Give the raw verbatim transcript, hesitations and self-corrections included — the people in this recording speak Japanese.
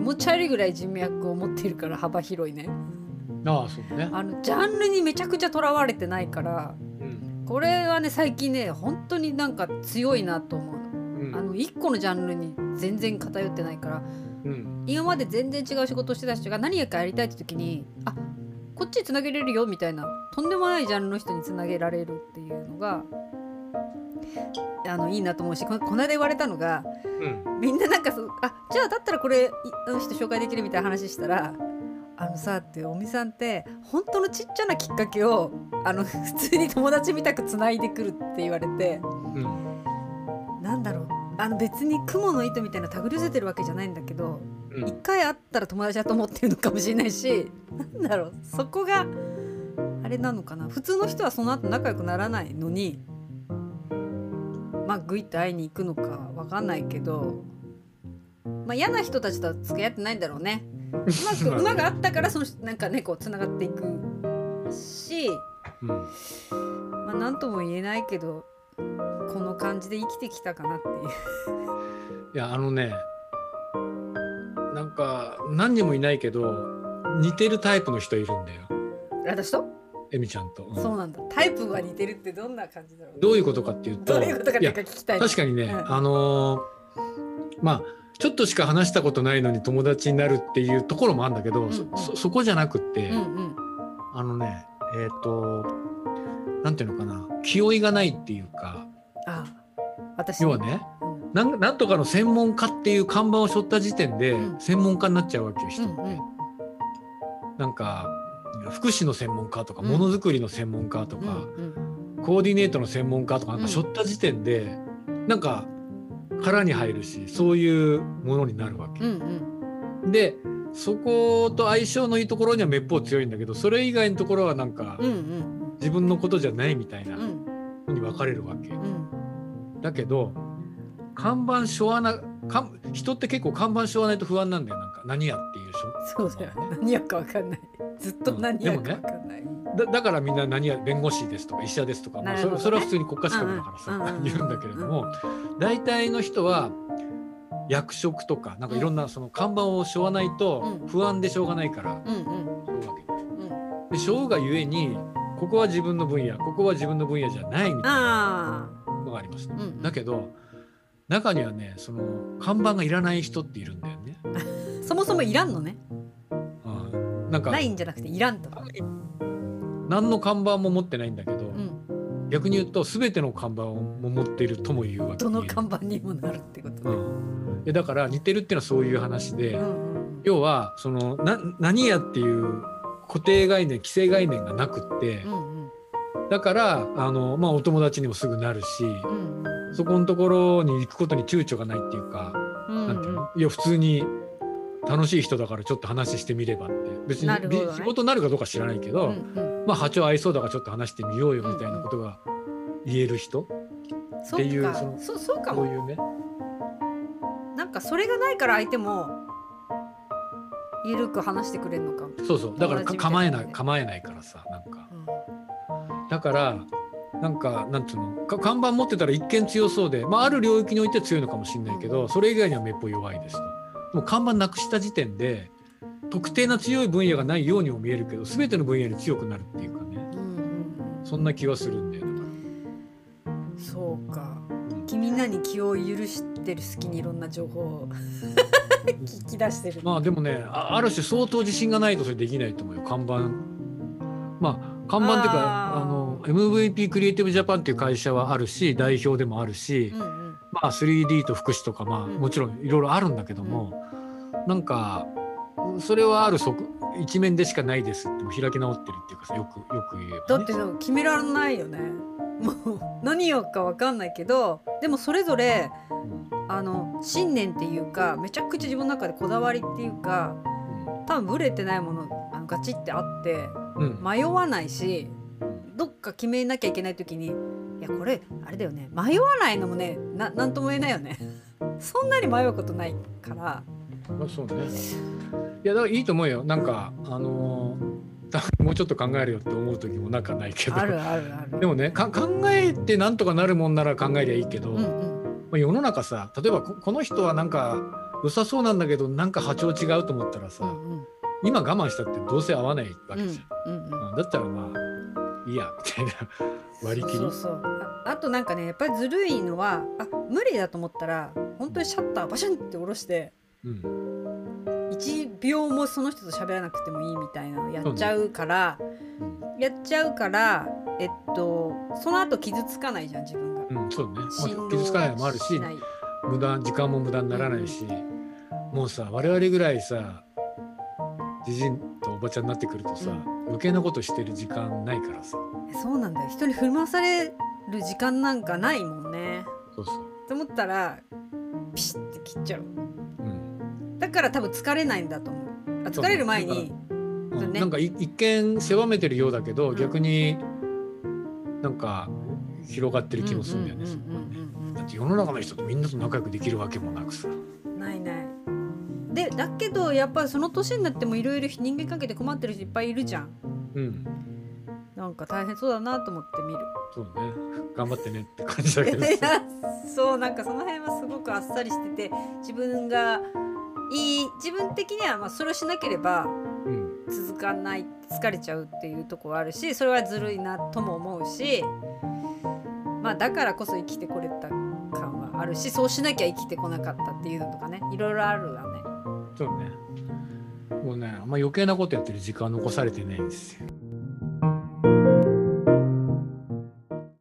持ち悪いぐらい人脈を持っているから幅広いね。 ああそうね。 あのジャンルにめちゃくちゃとらわれてないから、うん、これはね最近ね本当になんか強いなと思うの、うん、あのいっこのジャンルに全然偏ってないから、うん、今まで全然違う仕事をしてた人が何やかやりたいって時にあこっちにつなげれるよみたいなとんでもないジャンルの人につなげられるっていうのがあのいいなと思うし、この間言われたのが、うん、みんななんかそあじゃあだったらこれあの人紹介できるみたいな話したらあのさっておみさんって本当のちっちゃなきっかけをあの普通に友達みたくつないでくるって言われて、うん、なんだろうあの別に雲の糸みたいな手繰り寄せてるわけじゃないんだけど、うん、一回会ったら友達だと思ってるのかもしれないし、なんだろうそこがあれなのかな。普通の人はその後仲良くならないのにまあグイッと会いに行くのか分かんないけど、まあ嫌な人たちとは付き合ってないんだろうね。うまく馬があったからそのなんかねこうつながっていくし、うん、まあ何とも言えないけどこの感じで生きてきたかなっていういやあのねなんか何人もいないけど似てるタイプの人いるんだよ。 私とエミちゃんと、 うん、そうなんだ。タイプが似てるってどんな感じだろう。 どういうことかっていうとどういうことかっていうか聞きたい。 確かにね、うん、あのー、まあちょっとしか話したことないのに友達になるっていうところもあるんだけど、うんうん、そ, そこじゃなくって、うんうん、あのねえっ、ー、となんていうのかな気負いがないっていうか、あ私要はね、うん、なん、なんとかの専門家っていう看板を背負った時点で専門家になっちゃうわけよ人って、うんうん、なんか福祉の専門家とかものづくりの専門家とか、うんうん、コーディネートの専門家とかなんか背負った時点で、うん、なんか殻に入るしそういうものになるわけ、うんうん、でそこと相性のいいところにはめっぽう強いんだけどそれ以外のところはなんか、うんうん、自分のことじゃないみたいなふうに分かれるわけ、うん、だけど看板背負わなか人って結構看板背負わないと不安なんだよ。なんか何やっていうそうだよ、ね、何やか分かんないずっと何やか分かんない、うんね、だ, だからみんな何や弁護士ですとか医者ですとか、ね、まあ、そ, れそれは普通に国家資格だからさ、うんうん、言うんだけれども、うん、大体の人は役職とかなんかいろんなその看板を背負わないと不安でしょうがないから背負うわけで、うん、で背負うがゆえにここは自分の分野ここは自分の分野じゃないみたいなのがあります、うんうん、だけど中にはねその看板がいらない人っているんだよねそもそもいらんのね。 なんかないんじゃなくていらんと。 何の看板も持ってないんだけど、うん、逆に言うと全ての看板を持っているとも言うわけ。 どの看板にもなるってことね、 うん、だから似てるっていうのはそういう話で、うん、要はそのな何やっていう固定概念既成概念がなくって、うんうん、だからあの、まあ、お友達にもすぐなるし、うんうん、そこのところに行くことに躊躇がないっていうか、うんうん、なんていうのいや普通に楽しい人だからちょっと話してみればって別に、ね、仕事になるかどうか知らないけど、うんうん、まあ波長合いそうだからちょっと話してみようよみたいなことが言える人、うんうん、っていうそのそそうかもそういうねなんかそれがないから相手もゆるく話してくれるのかも。 そうそうだから構えない構えないからさなんか、うん、だからなんかなんていうのか看板持ってたら一見強そうで、まあ、ある領域において強いのかもしれないけど、うん、それ以外にはめっぽい弱いですと。もう看板なくした時点で特定な強い分野がないようにも見えるけど全ての分野に強くなるっていうかね、うんうんうん、そんな気はするんだよだから。そうか、うん、君なに気を許してる隙にいろんな情報を聞き出してる。 まあでもね あ, ある種相当自信がないとそれできないと思うよ看板。まあ看板っていうかあの エムブイピー クリエイティブジャパンっていう会社はあるし代表でもあるし、うんうん、まあ スリーディー と福祉とかまあもちろんいろいろあるんだけども、うん、なんかそれはある側一面でしかないですっても開き直ってるっていうかさよくよく言えば、ね、 だって決められないよねもう何よか分かんないけどでもそれぞれ、うん、あの信念っていうかめちゃくちゃ自分の中でこだわりっていうか、うん、多分ブレてないものあのガチってあって、うん、迷わないしどっか決めなきゃいけない時にいやこれあれだよね迷わないのもね な, なんとも言えないよねそんなに迷うことないから。 まあ、そうねいやだからいいと思うよなんかあのー、もうちょっと考えるよって思う時もなんかないけどあるあるあるでもねか考えてなんとかなるもんなら考えりゃいいけど、うんうんまあ、世の中さ例えば こ, この人はなんか良さそうなんだけどなんか波長違うと思ったらさ、うんうん、今我慢したってどうせ合わないわけじゃん、うんうんうん、だったらまあいいやみたいな割り切り。 そうそうそう。 あ, あとなんかねやっぱりずるいのはあ無理だと思ったら本当にシャッターバシャンって下ろして、うん、いちびょうもその人と喋らなくてもいいみたいなのやっちゃうから、うん、やっちゃうからえっとその後傷つかないじゃん自分が、 うん、そうね、まあ、傷つかないのもあるし無駄時間も無駄にならないし、うん、もうさ我々ぐらいさじじんとおばちゃんになってくるとさ、うん、余計なことしてる時間ないからさ。 そうなんだよ、人に振り回される時間なんかないもんね。 そうそうと思ったらピシッて切っちゃう、うん、だから多分疲れないんだと思う。あ疲れる前にそう、ね、なんか一見狭めてるようだけど、うん、逆になんか広がってる気もするんだよね。だって世の中の人とみんなと仲良くできるわけもなくさ。 ないないでだけどやっぱりその年になってもいろいろ人間関係で困ってる人いっぱいいるじゃん。うん。なんか大変そうだなと思って見る。 そうね。頑張ってねって感じだけど。 いやそうなんかその辺はすごくあっさりしてて自分がいい自分的にはまあそれをしなければ続かない、疲れちゃうっていうところあるしそれはずるいなとも思うし、まあだからこそ生きてこれた感はあるしそうしなきゃ生きてこなかったっていうのとかねいろいろあるわね。 そうね。もうねあんま余計なことやってる時間残されてないんですよ。